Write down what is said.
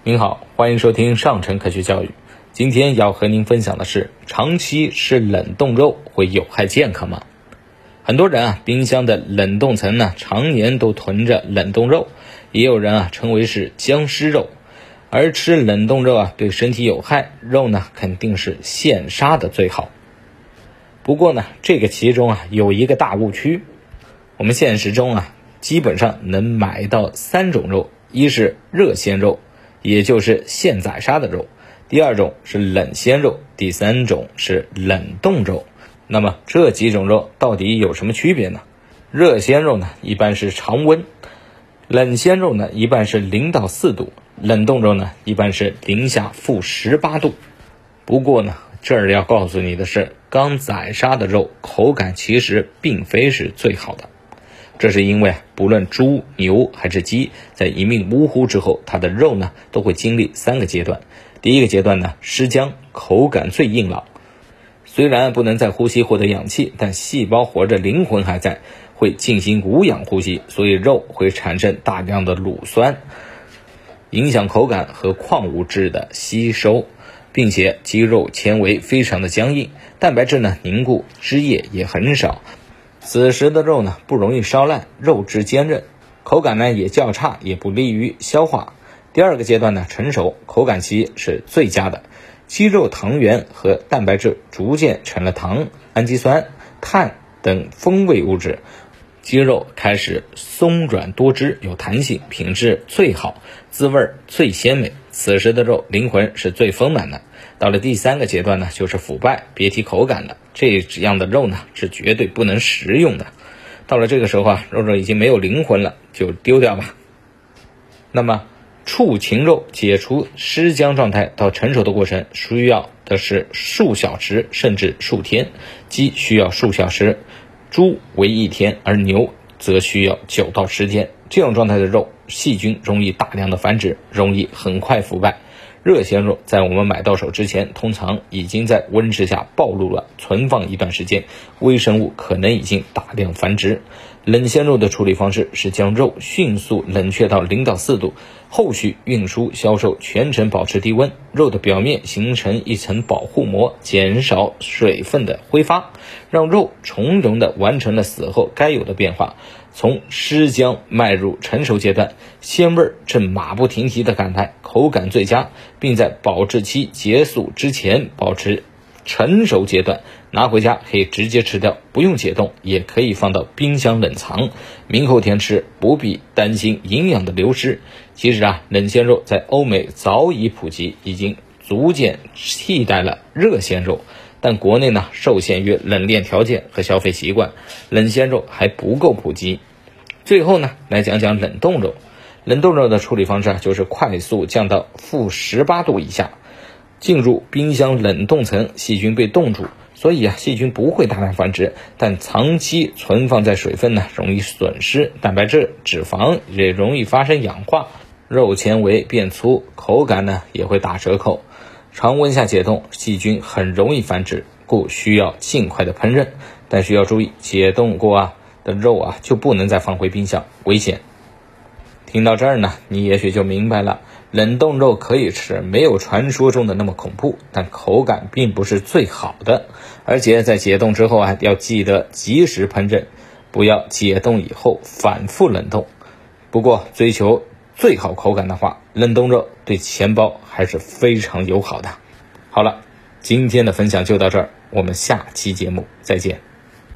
您好，欢迎收听上城科学教育。今天要和您分享的是，长期吃冷冻肉会有害健康吗？很多人冰箱的冷冻层常年都囤着冷冻肉，也有人称为是僵尸肉。而吃冷冻肉对身体有害，肉肯定是现杀的最好。不过这个其中有一个大误区。我们现实中基本上能买到3种肉，一是热鲜肉，也就是现宰杀的肉，第二种是冷鲜肉，第三种是冷冻肉。那么这几种肉到底有什么区别呢？热鲜肉一般是常温，冷鲜肉一般是0到4度，冷冻肉一般是零下-18度。不过这儿要告诉你的是，刚宰杀的肉口感其实并非是最好的。这是因为不论猪、牛还是鸡，在一命呜呼之后，它的肉都会经历3个阶段。第一个阶段尸僵，口感最硬朗。虽然不能再呼吸获得氧气，但细胞活着，灵魂还在，会进行无氧呼吸，所以肉会产生大量的乳酸，影响口感和矿物质的吸收，并且肌肉纤维非常的僵硬，蛋白质凝固，汁液也很少。此时的肉不容易烧烂，肉质坚韧，口感也较差，也不利于消化。第二个阶段成熟，口感期是最佳的，肌肉糖原和蛋白质逐渐成了糖、氨基酸、碳等风味物质，肌肉开始松软多汁，有弹性，品质最好，滋味最鲜美。此时的肉灵魂是最丰满的。到了第3个阶段就是腐败，别提口感了，这样的肉是绝对不能食用的。到了这个时候肉已经没有灵魂了，就丢掉吧。那么畜禽肉解除尸僵状态到成熟的过程需要的是数小时甚至数天，鸡需要数小时，猪为1天，而牛则需要9到10天。这种状态的肉，细菌容易大量的繁殖，容易很快腐败。热鲜肉在我们买到手之前，通常已经在温室下暴露了，存放一段时间，微生物可能已经大量繁殖。冷鲜肉的处理方式是将肉迅速冷却到0到4度，后续运输销售全程保持低温，肉的表面形成一层保护膜，减少水分的挥发，让肉从容地完成了死后该有的变化。从尸僵迈入成熟阶段，鲜味正马不停蹄的感态，口感最佳，并在保质期结束之前保持成熟阶段，拿回家可以直接吃掉，不用解冻，也可以放到冰箱冷藏，明后天吃，不必担心营养的流失。其实冷鲜肉在欧美早已普及，已经逐渐替代了热鲜肉，但国内受限于冷链条件和消费习惯，冷鲜肉还不够普及。最后来讲讲冷冻肉。冷冻肉的处理方式就是快速降到-18度以下，进入冰箱冷冻层，细菌被冻住，所以细菌不会大量繁殖，但长期存放在水分容易损失蛋白质，脂肪也容易发生氧化，肉纤维变粗，口感也会打折扣。常温下解冻，细菌很容易繁殖，故需要尽快的烹饪，但需要注意，解冻过的肉就不能再放回冰箱，危险。听到这儿你也许就明白了，冷冻肉可以吃，没有传说中的那么恐怖，但口感并不是最好的，而且在解冻之后要记得及时烹饪，不要解冻以后反复冷冻。不过追求最好口感的话，冷冻肉对钱包还是非常友好的。好了，今天的分享就到这儿，我们下期节目再见。